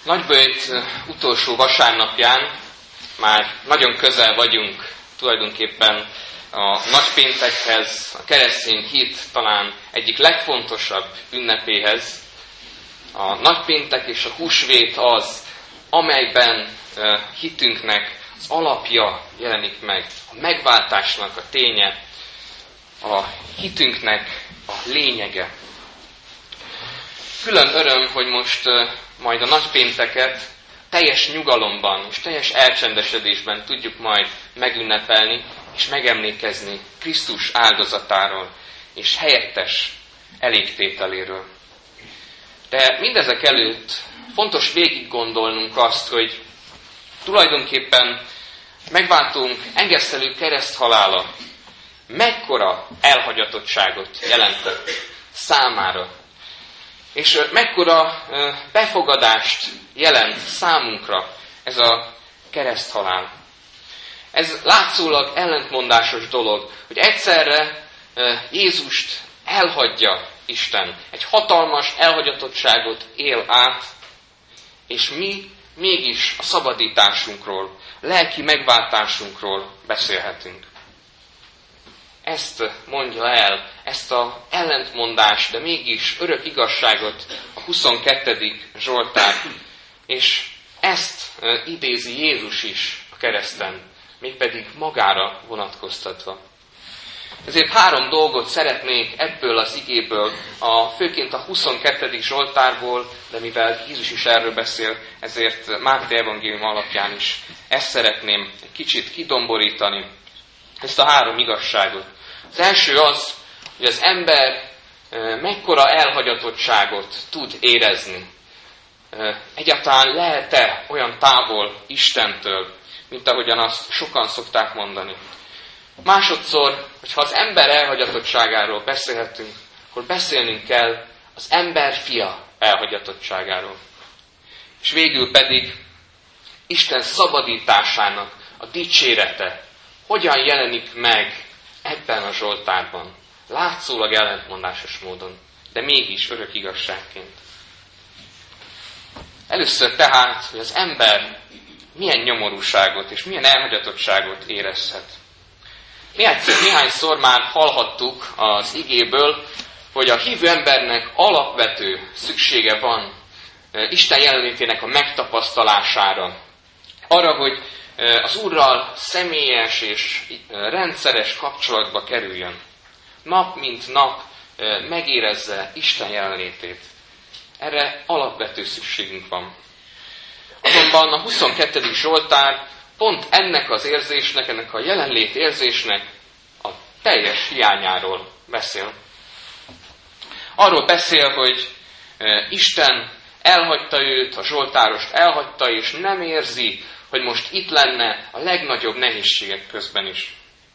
Nagyböjt utolsó vasárnapján már nagyon közel vagyunk tulajdonképpen a nagypéntekhez, a keresztény hit talán egyik legfontosabb ünnepéhez. A nagypéntek és a húsvét az, amelyben hitünknek az alapja jelenik meg, a megváltásnak a ténye, a hitünknek a lényege. Külön öröm, hogy most majd a nagypénteket teljes nyugalomban és teljes elcsendesedésben tudjuk majd megünnepelni és megemlékezni Krisztus áldozatáról és helyettes elégtételéről. De mindezek előtt fontos végig gondolnunk azt, hogy tulajdonképpen megváltunk engesztelő kereszthalála mekkora elhagyatottságot jelentett számára, és mekkora befogadást jelent számunkra ez a kereszthalál. Ez látszólag ellentmondásos dolog, hogy egyszerre Jézust elhagyja Isten, egy hatalmas elhagyatottságot él át, és mi mégis a szabadításunkról, lelki megváltásunkról beszélhetünk. Ezt mondja el, ezt az ellentmondást, de mégis örök igazságot a 22. Zsoltár, és ezt idézi Jézus is a kereszten, mégpedig magára vonatkoztatva. Ezért 3 dolgot szeretnék ebből az igéből, főként a 22. Zsoltárból, de mivel Jézus is erről beszél, ezért Máté evangélium alapján is ezt szeretném egy kicsit kidomborítani, ezt a 3 igazságot. Az első az, hogy az ember mekkora elhagyatottságot tud érezni. Egyáltalán lehet-e olyan távol Istentől, mint ahogyan azt sokan szokták mondani. Másodszor, hogyha az ember elhagyatottságáról beszélhetünk, akkor beszélnünk kell az ember fia elhagyatottságáról. És végül pedig Isten szabadításának a dicsérete hogyan jelenik meg ebben a Zsoltárban. Látszólag ellentmondásos módon, de mégis örök igazságként. Először tehát, hogy az ember milyen nyomorúságot és milyen elhagyatottságot érezhet. Néhányszor már hallhattuk az igéből, hogy a hívő embernek alapvető szüksége van Isten jelenlétének a megtapasztalására. Arra, hogy az Úrral személyes és rendszeres kapcsolatba kerüljön. Nap mint nap megérezze Isten jelenlétét. Erre alapvető szükségünk van. Azonban a 22. Zsoltár pont ennek az érzésnek, ennek a jelenlét érzésnek a teljes hiányáról beszél. Arról beszél, hogy Isten elhagyta őt, a zsoltárost elhagyta, és nem érzi, hogy most itt lenne a legnagyobb nehézségek közben is.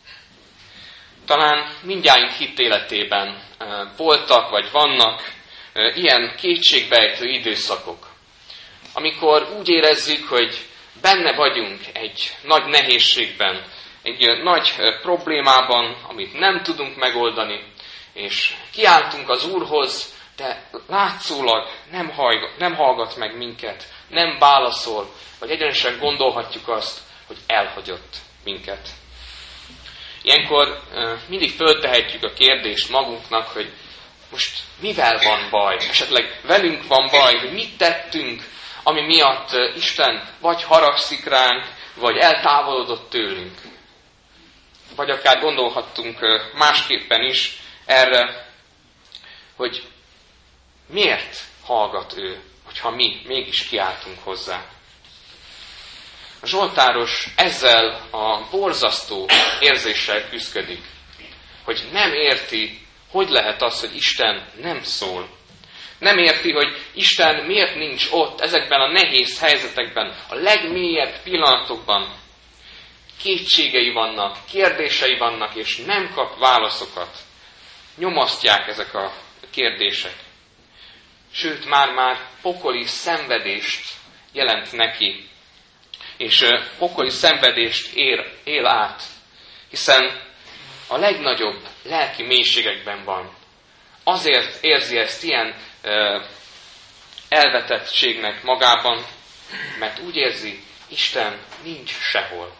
Talán mindjárt hitéletében voltak, vagy vannak ilyen kétségbejtő időszakok, amikor úgy érezzük, hogy benne vagyunk egy nagy nehézségben, egy nagy problémában, amit nem tudunk megoldani, és kiáltunk az Úrhoz, de látszólag nem hallgat meg minket, nem válaszol, vagy egyenesen gondolhatjuk azt, hogy elhagyott minket. Ilyenkor mindig föltehetjük a kérdést magunknak, hogy most mivel van baj? Esetleg velünk van baj, hogy mit tettünk, ami miatt Isten vagy haragszik ránk, vagy eltávolodott tőlünk. Vagy akár gondolhattunk másképpen is erre, hogy miért hallgat ő, hogyha mi mégis kiáltunk hozzá. A zsoltáros ezzel a borzasztó érzéssel küszködik, hogy nem érti, hogy lehet az, hogy Isten nem szól. Nem érti, hogy Isten miért nincs ott ezekben a nehéz helyzetekben, a legmélyebb pillanatokban. Kétségei vannak, kérdései vannak, és nem kap válaszokat. Nyomasztják ezek a kérdések. Sőt, már pokoli szenvedést jelent neki, és pokoli szenvedést él át, hiszen a legnagyobb lelki mélységekben van. Azért érzi ezt ilyen elvetettségnek magában, mert úgy érzi, Isten nincs sehol.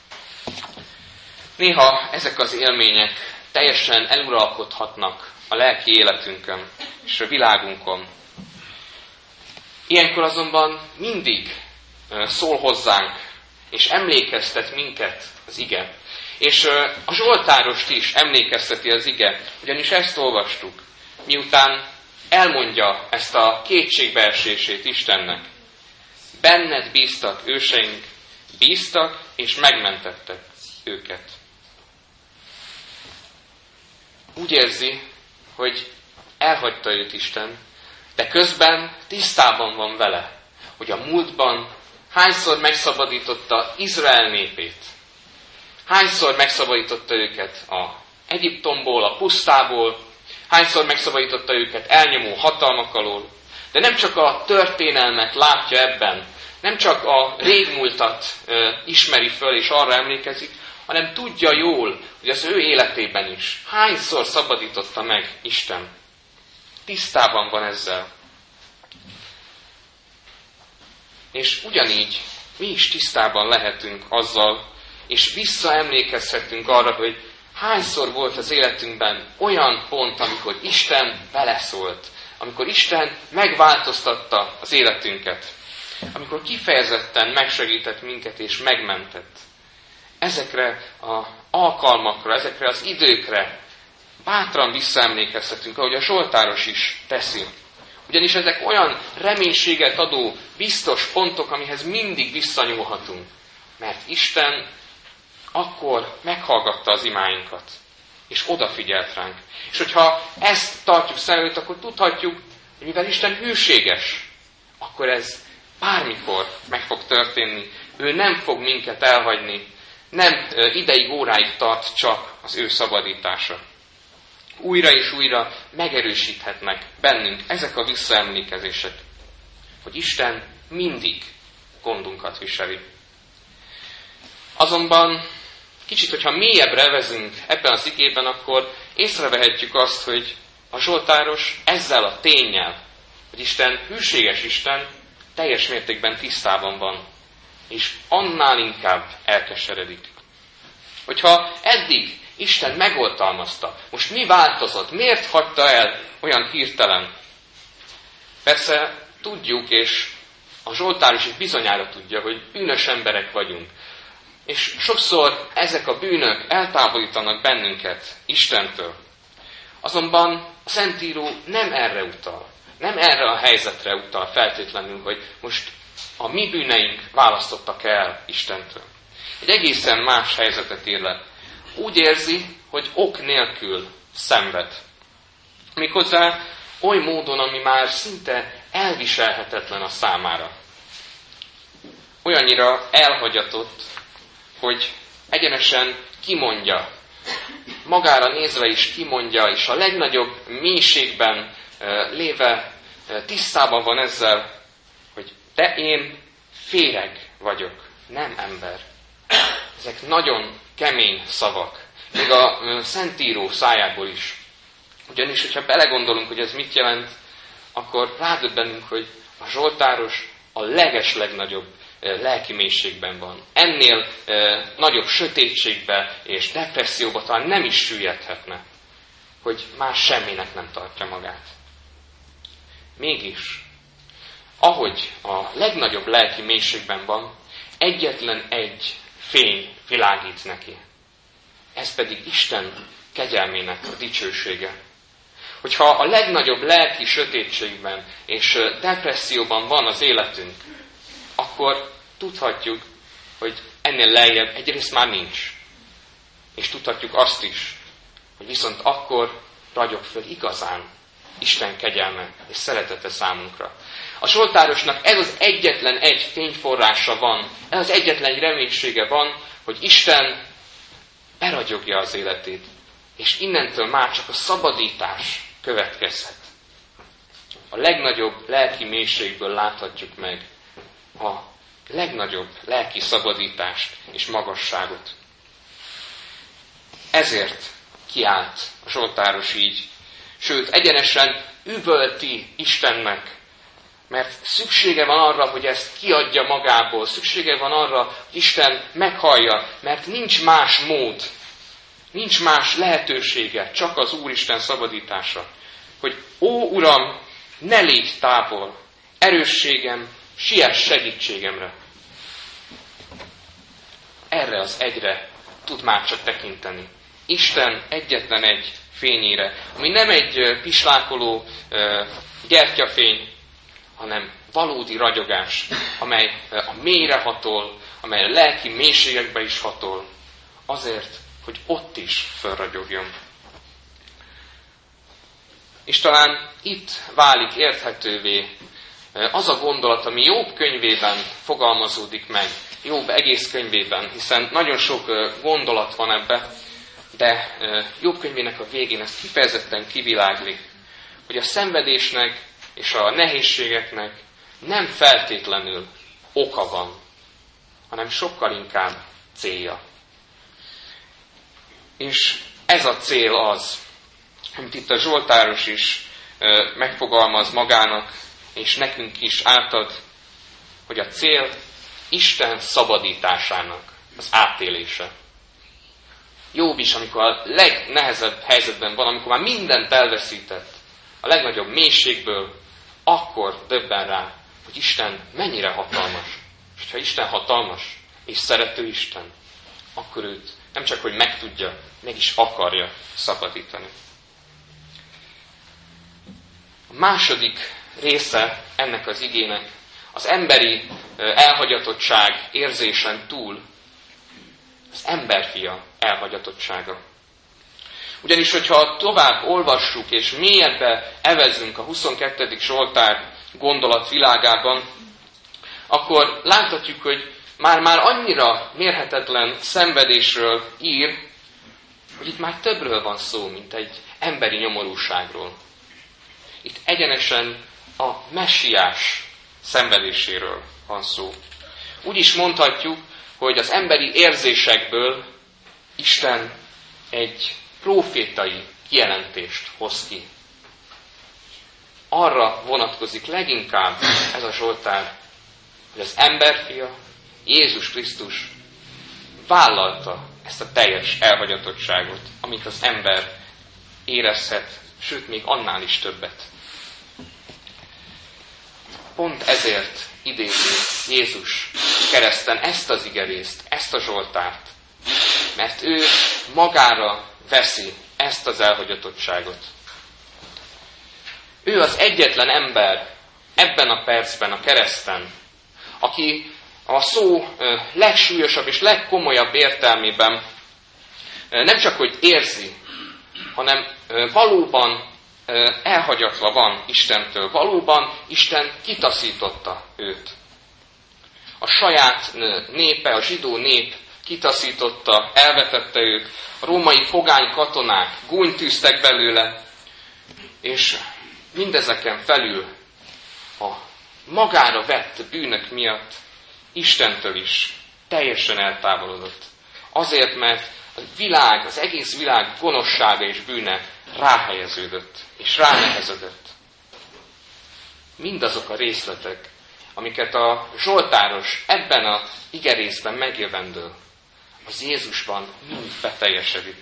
Néha ezek az élmények teljesen eluralkodhatnak a lelki életünkön és a világunkon. Ilyenkor azonban mindig szól hozzánk, és emlékeztet minket az ige. És a Zsoltárost is emlékezteti az ige, ugyanis ezt olvastuk, miután elmondja ezt a kétségbeesését Istennek. Benned bíztak őseink, bíztak és megmentettek őket. Úgy érzi, hogy elhagyta őt Isten, de közben tisztában van vele, hogy a múltban hányszor megszabadította Izrael népét. Hányszor megszabadította őket a Egyiptomból, a pusztából, hányszor megszabadította őket elnyomó hatalmak alól. De nem csak a történelmet látja ebben, nem csak a régmúltat ismeri föl és arra emlékezik, hanem tudja jól, hogy az ő életében is hányszor szabadította meg Isten. Tisztában van ezzel. És ugyanígy mi is tisztában lehetünk azzal, és visszaemlékezhetünk arra, hogy hányszor volt az életünkben olyan pont, amikor Isten beleszólt, amikor Isten megváltoztatta az életünket, amikor kifejezetten megsegített minket és megmentett. Ezekre az alkalmakra, ezekre az időkre bátran visszaemlékezhetünk, ahogy a Zsoltáros is teszi. Ugyanis ezek olyan reménységet adó, biztos pontok, amihez mindig visszanyúlhatunk. Mert Isten akkor meghallgatta az imáinkat, és odafigyelt ránk. És hogyha ezt tartjuk szem előtt, akkor tudhatjuk, hogy mivel Isten hűséges, akkor ez bármikor meg fog történni. Ő nem fog minket elhagyni, nem ideig, óráig tart csak az ő szabadítása. Újra és újra megerősíthetnek bennünk ezek a visszaemlékezések, hogy Isten mindig gondunkat viseli. Azonban kicsit, hogyha mélyebbre vezünk ebben az igében, akkor észrevehetjük azt, hogy a Zsoltáros ezzel a ténnyel, hogy Isten hűséges Isten, teljes mértékben tisztában van, és annál inkább elkeseredik. Hogyha eddig Isten megoltalmazta, most mi változott? Miért hagyta el olyan hirtelen? Persze tudjuk, és a Zsoltáros is bizonyára tudja, hogy bűnös emberek vagyunk. És sokszor ezek a bűnök eltávolítanak bennünket Istentől. Azonban a Szentíró nem erre utal. Nem erre a helyzetre utal feltétlenül, hogy most a mi bűneink választottak el Istentől. Egy egészen más helyzetet ír le. Úgy érzi, hogy ok nélkül szenved. Méghozzá oly módon, ami már szinte elviselhetetlen a számára. Olyannyira elhagyatott, hogy egyenesen kimondja, magára nézve is kimondja, és a legnagyobb mélységben léve tisztában van ezzel, hogy de én féreg vagyok, nem ember. Ezek nagyon kemény szavak, még a Szentíró szájából is. Ugyanis, hogyha belegondolunk, hogy ez mit jelent, akkor rádöbbenünk, hogy a Zsoltáros a legnagyobb lelki mélységben van. Ennél nagyobb sötétségbe és depresszióba talán nem is süllyedhetne, hogy más semminek nem tartja magát. Mégis, ahogy a legnagyobb lelki mélységben van, egyetlen egy fény világít neki. Ez pedig Isten kegyelmének a dicsősége. Hogyha a legnagyobb lelki sötétségben és depresszióban van az életünk, akkor tudhatjuk, hogy ennél lejjebb egyrészt már nincs. És tudhatjuk azt is, hogy viszont akkor ragyog föl igazán Isten kegyelme és szeretete számunkra. A Zsoltárosnak ez az egyetlen egy fényforrása van, ez az egyetlen egy reménysége van, hogy Isten beragyogja az életét, és innentől már csak a szabadítás következhet. A legnagyobb lelki mélységből láthatjuk meg a legnagyobb lelki szabadítást és magasságot. Ezért kiállt a Zsoltáros így, sőt, egyenesen üvölti Istennek Mert szüksége van arra, hogy ezt kiadja magából, szüksége van arra, hogy Isten meghallja, mert nincs más mód, nincs más lehetősége, csak az Úristen szabadítása. Hogy ó, Uram, ne légy távol, erősségem, siess segítségemre. Erre az egyre tud már csak tekinteni. Isten egyetlen egy fényére, ami nem egy pislákoló gyertyafény, hanem valódi ragyogás, amely a mélyre hatol, amely a lelki mélységekbe is hatol, azért, hogy ott is felragyogjon. És talán itt válik érthetővé az a gondolat, ami Jobb könyvében fogalmazódik meg, Jobb egész könyvében, hiszen nagyon sok gondolat van ebbe, de Jobb könyvének a végén ez kifejezetten kiviláglik, hogy a szenvedésnek és a nehézségeknek nem feltétlenül oka van, hanem sokkal inkább célja. És ez a cél az, amit itt a Zsoltáros is megfogalmaz magának, és nekünk is átad, hogy a cél Isten szabadításának az átélése. Jobb is, amikor a legnehezebb helyzetben van, amikor már mindent elveszített, a legnagyobb mélységből, akkor döbben rá, hogy Isten mennyire hatalmas. És ha Isten hatalmas és szerető Isten, akkor őt nem csak, hogy meg tudja, meg is akarja szabadítani. A második része ennek az igének az emberi elhagyatottság érzésen túl az emberfia elhagyatottsága. Ugyanis, hogyha tovább olvassuk és mélyebbre evezünk a 22. Zsoltár gondolatvilágában, akkor láthatjuk, hogy már annyira mérhetetlen szenvedésről ír, hogy itt már többről van szó, mint egy emberi nyomorúságról. Itt egyenesen a messiás szenvedéséről van szó. Úgy is mondhatjuk, hogy az emberi érzésekből Isten egy prófétai kijelentést hoz ki. Arra vonatkozik leginkább ez a Zsoltár, hogy az emberfia, Jézus Krisztus vállalta ezt a teljes elhagyatottságot, amit az ember érezhet, sőt, még annál is többet. Pont ezért idézi Jézus kereszten ezt az igerészt, ezt a Zsoltárt, mert ő magára veszi ezt az elhagyatottságot. Ő az egyetlen ember ebben a percben, a kereszten, aki a szó legsúlyosabb és legkomolyabb értelmében nem csak, hogy érzi, hanem valóban elhagyatva van Istentől. Valóban Isten kitaszította őt. A saját népe, a zsidó nép kitaszította, elvetette őt. A római pogány katonák gúnytűztek belőle, és mindezeken felül a magára vett bűnök miatt Istentől is teljesen eltávolodott. Azért, mert a világ, az egész világ gonoszsága és bűne ráhelyeződött, és ránehezedett. Mindazok a részletek, amiket a Zsoltáros ebben a igerészben megjövendől, az Jézusban mind beteljesedik.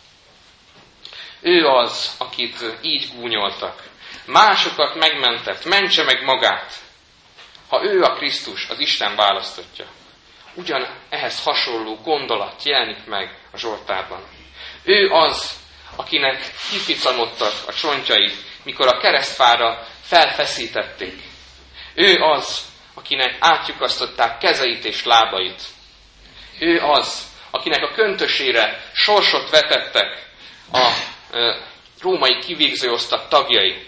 Ő az, akit így gúnyoltak. Másokat megmentett, mentse meg magát. Ha ő a Krisztus, az Isten választottja. Ugyan ehhez hasonló gondolat jelenik meg a Zsoltárban. Ő az, akinek kificamodtak a csontjai, mikor a keresztfára felfeszítették. Ő az, akinek átlyukasztották kezeit és lábait. Ő az, akinek a köntösére sorsot vetettek a római kivégzőosztag tagjai.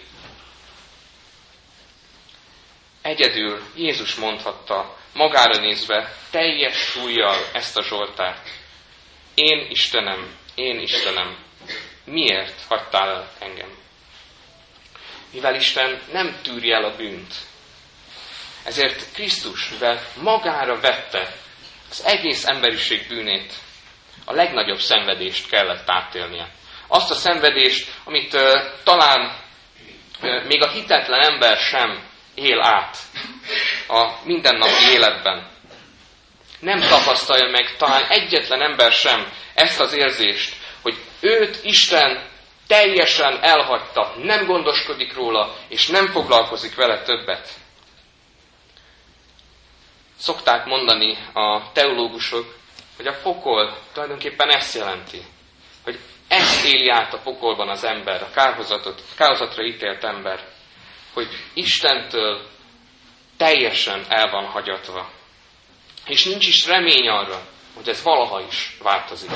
Egyedül Jézus mondhatta, magára nézve, teljes súllyal ezt a Zsoltárt. Én Istenem, miért hagytál el engem? Mivel Isten nem tűri el a bűnt, ezért Krisztus, mivel magára vette az egész emberiség bűnét, a legnagyobb szenvedést kellett átélnie. Azt a szenvedést, amit talán még a hitetlen ember sem él át a mindennapi életben. Nem tapasztalja meg talán egyetlen ember sem ezt az érzést, hogy őt Isten teljesen elhagyta, nem gondoskodik róla, és nem foglalkozik vele többet. Szokták mondani a teológusok, hogy a pokol tulajdonképpen ezt jelenti, hogy ezt éli át a pokolban az ember, a kárhozatra ítélt ember, hogy Istentől teljesen el van hagyatva. És nincs is remény arra, hogy ez valaha is változik.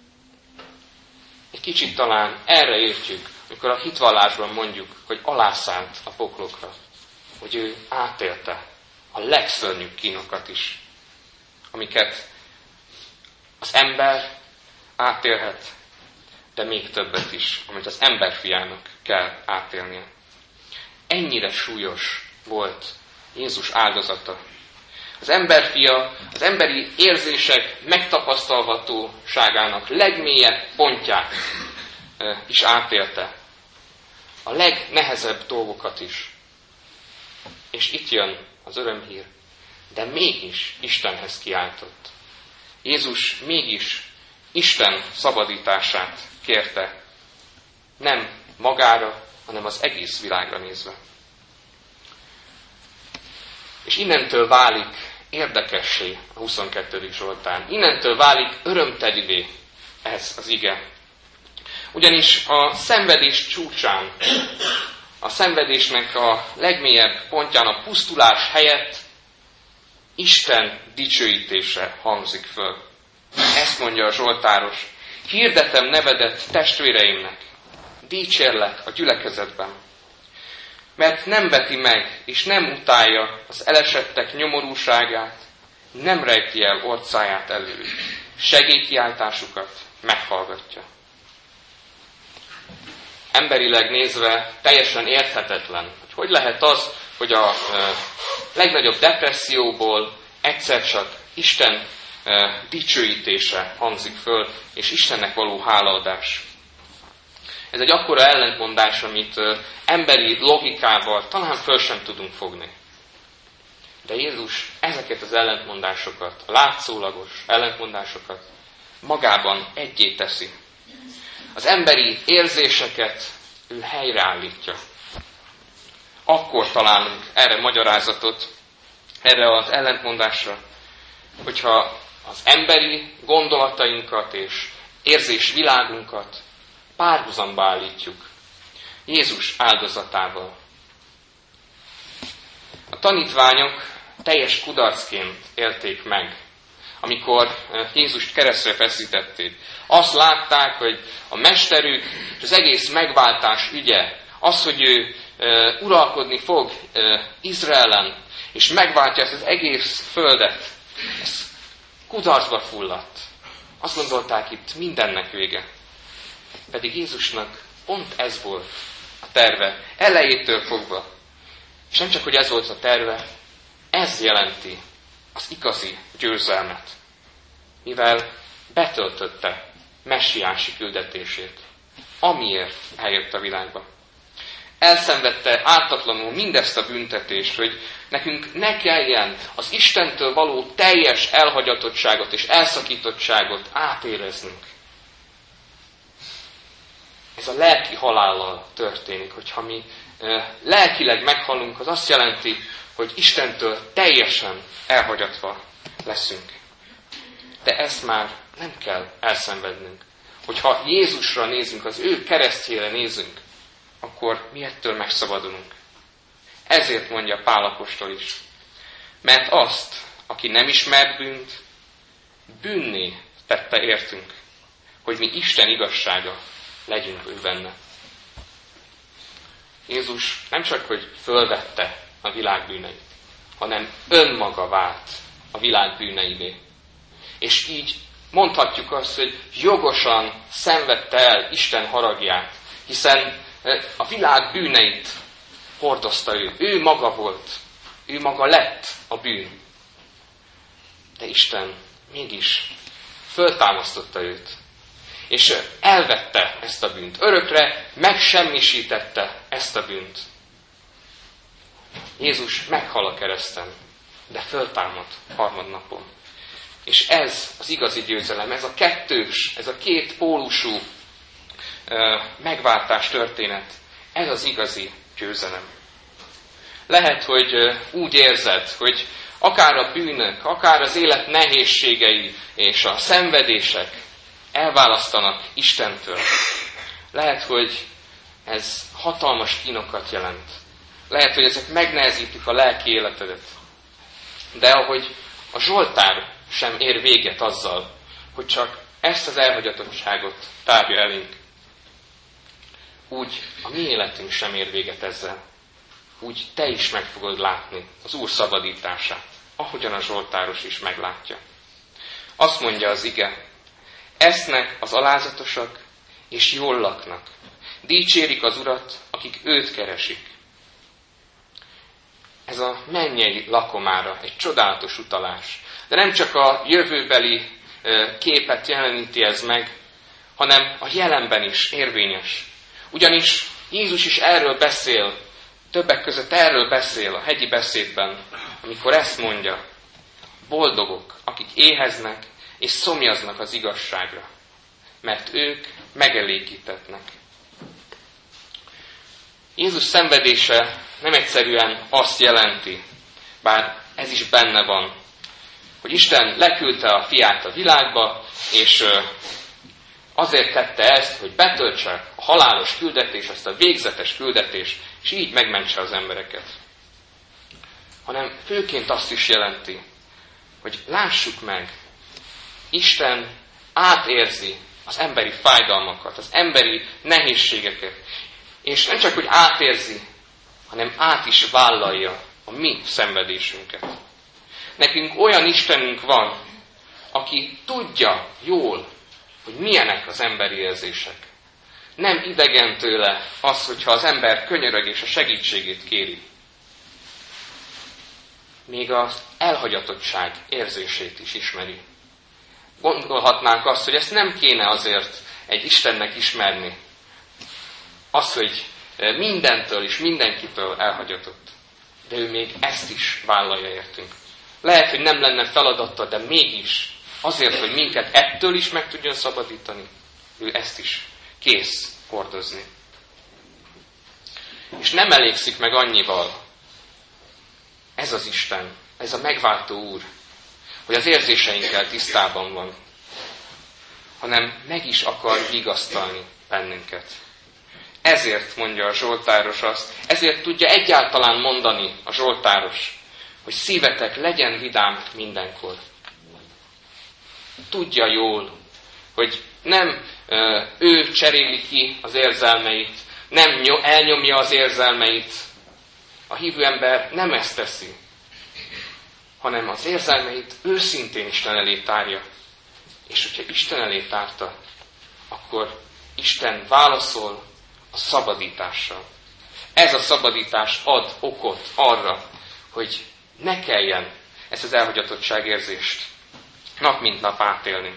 Egy kicsit talán erre értjük, amikor a hitvallásban mondjuk, hogy alászállt a poklokra, hogy ő átélte a legszörnyűbb kínokat is, amiket az ember átélhet, de még többet is, amit az emberfiának kell átélnie. Ennyire súlyos volt Jézus áldozata. Az emberfia az emberi érzések megtapasztalhatóságának legmélyebb pontját is átélte. A legnehezebb dolgokat is. És itt jön az örömhír, de mégis Istenhez kiáltott. Jézus mégis Isten szabadítását kérte. Nem magára, hanem az egész világra nézve. És innentől válik érdekessé a 22. Zsoltár. Innentől válik örömtelivé ez az ige. Ugyanis a szenvedés csúcsán, a szenvedésnek a legmélyebb pontján, a pusztulás helyett Isten dicsőítése hangzik föl. Ezt mondja a zsoltáros. Hirdetem nevedet testvéreimnek, dicsérlek a gyülekezetben. Mert nem veti meg, és nem utálja az elesettek nyomorúságát, nem rejti el orcáját elő, segélykiáltásukat meghallgatja. Emberileg nézve teljesen érthetetlen, hogy lehet az, hogy a legnagyobb depresszióból egyszer csak Isten dicsőítése hangzik föl, és Istennek való hálaadás. Ez egy akkora ellentmondás, amit emberi logikával talán föl sem tudunk fogni. De Jézus ezeket az ellentmondásokat, a látszólagos ellentmondásokat magában egyé teszi. Az emberi érzéseket ő helyreállítja. Akkor találunk erre magyarázatot, erre az ellentmondásra, hogyha az emberi gondolatainkat és érzésvilágunkat párhuzamba állítjuk Jézus áldozatával. A tanítványok teljes kudarcként élték meg, amikor Jézust keresztre feszítették. Azt látták, hogy a mesterük és az egész megváltás ügye, az, hogy ő uralkodni fog Izraelen, és megváltja ezt az egész földet, ez kudarcba fulladt. Azt gondolták, itt mindennek vége. Pedig Jézusnak pont ez volt a terve, elejétől fogva. És nem csak, hogy ez volt a terve, ez jelenti az igazi győzelmet, mivel betöltötte messiási küldetését, amiért eljött a világba. Elszenvedte ártatlanul mindezt a büntetést, hogy nekünk ne kelljen az Istentől való teljes elhagyatottságot és elszakítottságot átéreznünk. Ez a lelki halállal történik, hogyha mi lelkileg meghalunk, az azt jelenti, hogy Istentől teljesen elhagyatva leszünk. De ezt már nem kell elszenvednünk. Hogyha Jézusra nézünk, az ő keresztjére nézünk, akkor mi ettől megszabadulunk. Ezért mondja Pál apostol is. Mert azt, aki nem ismert bűnt, bűnné tette értünk, hogy mi Isten igazsága legyünk ő benne. Jézus nem csak, hogy fölvette a világ bűneit, hanem önmaga vált a világ bűneivé. És így mondhatjuk azt, hogy jogosan szenvedte el Isten haragját, hiszen a világ bűneit hordozta ő. Ő maga volt. Ő maga lett a bűn. De Isten mégis föltámasztotta őt. És elvette ezt a bűnt. Örökre megsemmisítette ezt a bűnt. Jézus meghal a kereszten, de föltámad harmadnapon. És ez az igazi győzelem, ez a kettős, ez a két pólusú megváltás történet, ez az igazi győzelem. Lehet, hogy úgy érzed, hogy akár a bűnök, akár az élet nehézségei és a szenvedések elválasztanak Istentől. Lehet, hogy ez hatalmas kínokat jelent. Lehet, hogy ezek megnehezítik a lelki életedet. De ahogy a Zsoltár sem ér véget azzal, hogy csak ezt az elhagyatottságot tárja elénk, úgy a mi életünk sem ér véget ezzel. Úgy te is meg fogod látni az Úr szabadítását, ahogyan a Zsoltáros is meglátja. Azt mondja az ige, esznek az alázatosak, és jól laknak. Dicsérik az Urat, akik őt keresik. Ez a mennyei lakomára egy csodálatos utalás. De nem csak a jövőbeli képet jeleníti ez meg, hanem a jelenben is érvényes. Ugyanis Jézus is erről beszél, többek között erről beszél a hegyi beszédben, amikor ezt mondja, boldogok, akik éheznek és szomjaznak az igazságra, mert ők megelégítetnek. Jézus szenvedése nem egyszerűen azt jelenti, bár ez is benne van, hogy Isten leküldte a fiát a világba, és azért tette ezt, hogy betöltse a halálos küldetés, azt a végzetes küldetést, és így megmentse az embereket. Hanem főként azt is jelenti, hogy lássuk meg, Isten átérzi az emberi fájdalmakat, az emberi nehézségeket, és nem csak, hogy átérzi, hanem át is vállalja a mi szenvedésünket. Nekünk olyan Istenünk van, aki tudja jól, hogy milyenek az emberi érzések. Nem idegen tőle az, hogyha az ember könyörög és a segítségét kéri. Még az elhagyatottság érzését is ismeri. Gondolhatnánk azt, hogy ezt nem kéne azért egy Istennek ismerni. Az, hogy mindentől és mindenkitől elhagyatott. De ő még ezt is vállalja értünk. Lehet, hogy nem lenne feladata, de mégis azért, hogy minket ettől is meg tudjon szabadítani, ő ezt is kész hordozni. És nem elégszik meg annyival, ez az Isten, ez a megváltó Úr, hogy az érzéseinkkel tisztában van, hanem meg is akar vigasztalni bennünket. Ezért mondja a Zsoltáros azt, ezért tudja egyáltalán mondani a Zsoltáros, hogy szívetek legyen vidám mindenkor. Tudja jól, hogy nem ő cseréli ki az érzelmeit, nem elnyomja az érzelmeit. A hívő ember nem ezt teszi, hanem az érzelmeit őszintén Isten elé tárja. És hogyha Isten elé tárta, akkor Isten válaszol a szabadítással. Ez a szabadítás ad okot arra, hogy ne kelljen ezt az elhagyatottság érzést nap mint nap átélni.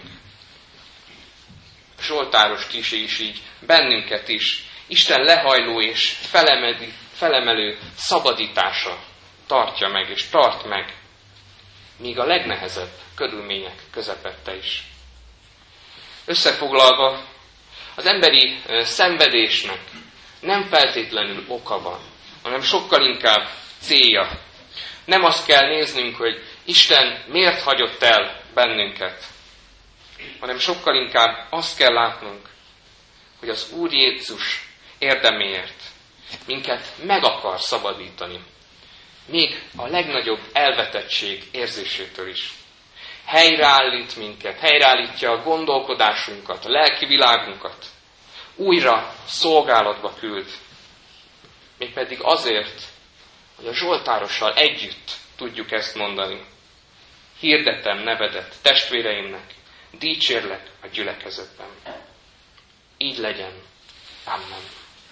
Zsoltáros is így, bennünket is, Isten lehajló és felemelő szabadítása tartja meg és tart meg, míg a legnehezebb körülmények közepette is. Összefoglalva, az emberi szenvedésnek nem feltétlenül oka van, hanem sokkal inkább célja. Nem azt kell néznünk, hogy Isten miért hagyott el bennünket, hanem sokkal inkább azt kell látnunk, hogy az Úr Jézus érdeméért minket meg akar szabadítani, még a legnagyobb elvetettség érzésétől is. Helyreállít minket, helyreállítja a gondolkodásunkat, a lelki világunkat, újra szolgálatba küld. Mégpedig azért, hogy a Zsoltárossal együtt tudjuk ezt mondani. Hirdetem nevedet testvéreimnek, dicsérlek a gyülekezetben. Így legyen. Amen.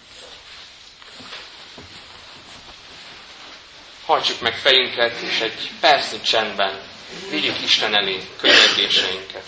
Hajtsuk meg fejünket, és egy percnyi csendben vigyük Isten elé könyörgéseinket.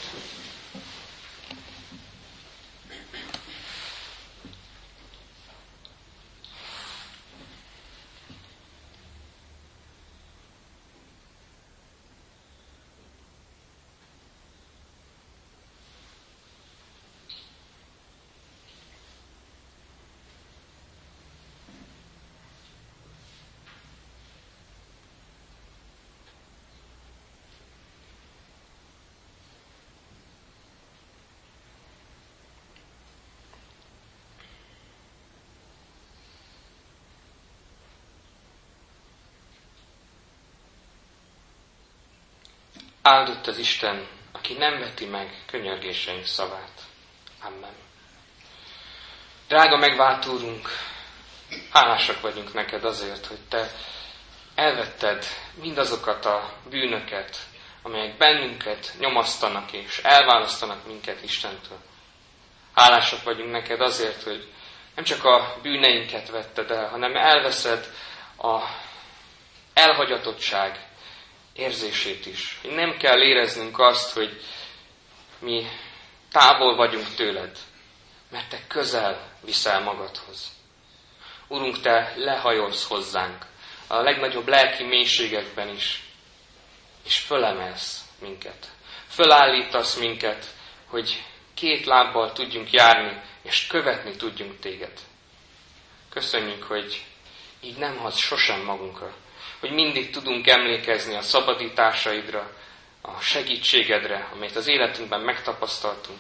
Áldott az Isten, aki nem veti meg könyörgéseink szavát. Amen. Drága megváltó Úrunk, hálásak vagyunk neked azért, hogy te elvetted mindazokat a bűnöket, amelyek bennünket nyomasztanak és elválasztanak minket Istentől. Hálásak vagyunk neked azért, hogy nem csak a bűneinket vetted el, hanem elveszed a elhagyatottság érzését is. Hogy nem kell éreznünk azt, hogy mi távol vagyunk tőled, mert te közel viszel magadhoz. Urunk, te lehajolsz hozzánk a legnagyobb lelki mélységekben is, és fölemelsz minket. Fölállítasz minket, hogy két lábbal tudjunk járni, és követni tudjunk téged. Köszönjük, hogy így nem hagysz sosem magunkra, hogy mindig tudunk emlékezni a szabadításaidra, a segítségedre, amelyet az életünkben megtapasztaltunk,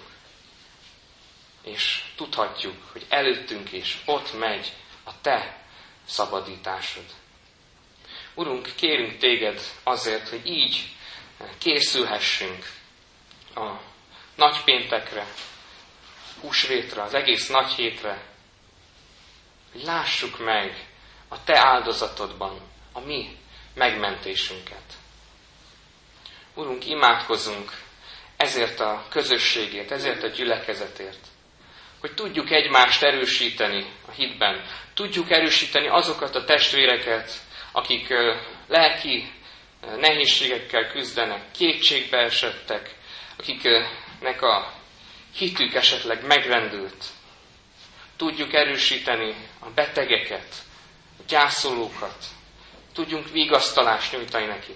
és tudhatjuk, hogy előttünk is ott megy a te szabadításod. Urunk, kérünk téged azért, hogy így készülhessünk a nagypéntekre, húsvétre, az egész nagy hétre, hogy lássuk meg a te áldozatodban a mi megmentésünket. Urunk, imádkozunk ezért a közösségért, ezért a gyülekezetért, hogy tudjuk egymást erősíteni a hitben, tudjuk erősíteni azokat a testvéreket, akik lelki nehézségekkel küzdenek, kétségbe esettek, akiknek a hitük esetleg megrendült. Tudjuk erősíteni a betegeket, a gyászolókat, tudjunk vigasztalást nyújtani nekik.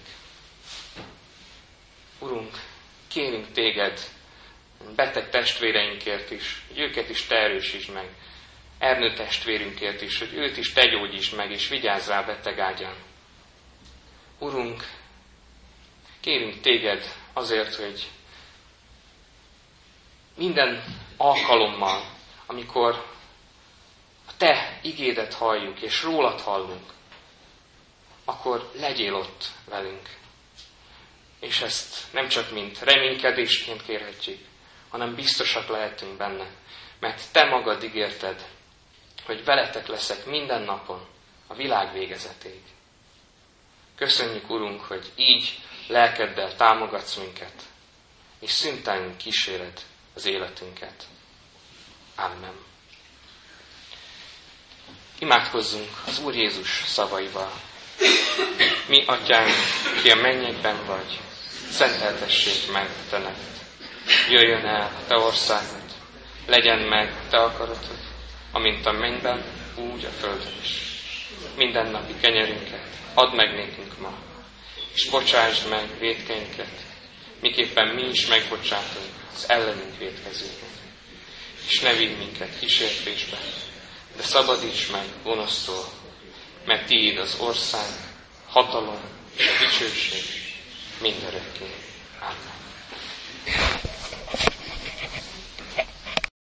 Urunk, kérünk téged beteg testvéreinkért is, hogy őket is te erősítsd meg. Ernő testvérünkért is, hogy őt is te gyógyítsd meg, és vigyázz rá beteg ágyán. Urunk, kérünk téged azért, hogy minden alkalommal, amikor a te igédet halljuk, és rólad hallunk, akkor legyél ott velünk. És ezt nem csak mint reménykedésként kérhetjük, hanem biztosak lehetünk benne, mert te magad ígérted, hogy veletek leszek minden napon a világ végezetéig. Köszönjük, Urunk, hogy így lelkeddel támogatsz minket, és szüntelenül kíséred az életünket. Amen. Imádkozzunk az Úr Jézus szavaival. Mi, Atyánk, ki a mennyekben vagy, szenteltessék meg te neved. Jöjjön el te országod, legyen meg te akaratod, amint a mennyben, úgy a földön is. Mindennapi kenyerünket add meg nékünk ma, és bocsásd meg vétkeinket, miképpen mi is megbocsátunk az ellenünk vétkezőknek. És ne vigy minket kísértésbe, de szabadíts meg gonosztól, mert tiéd az ország, hatalom és a dicsőség mindörökké. Amen.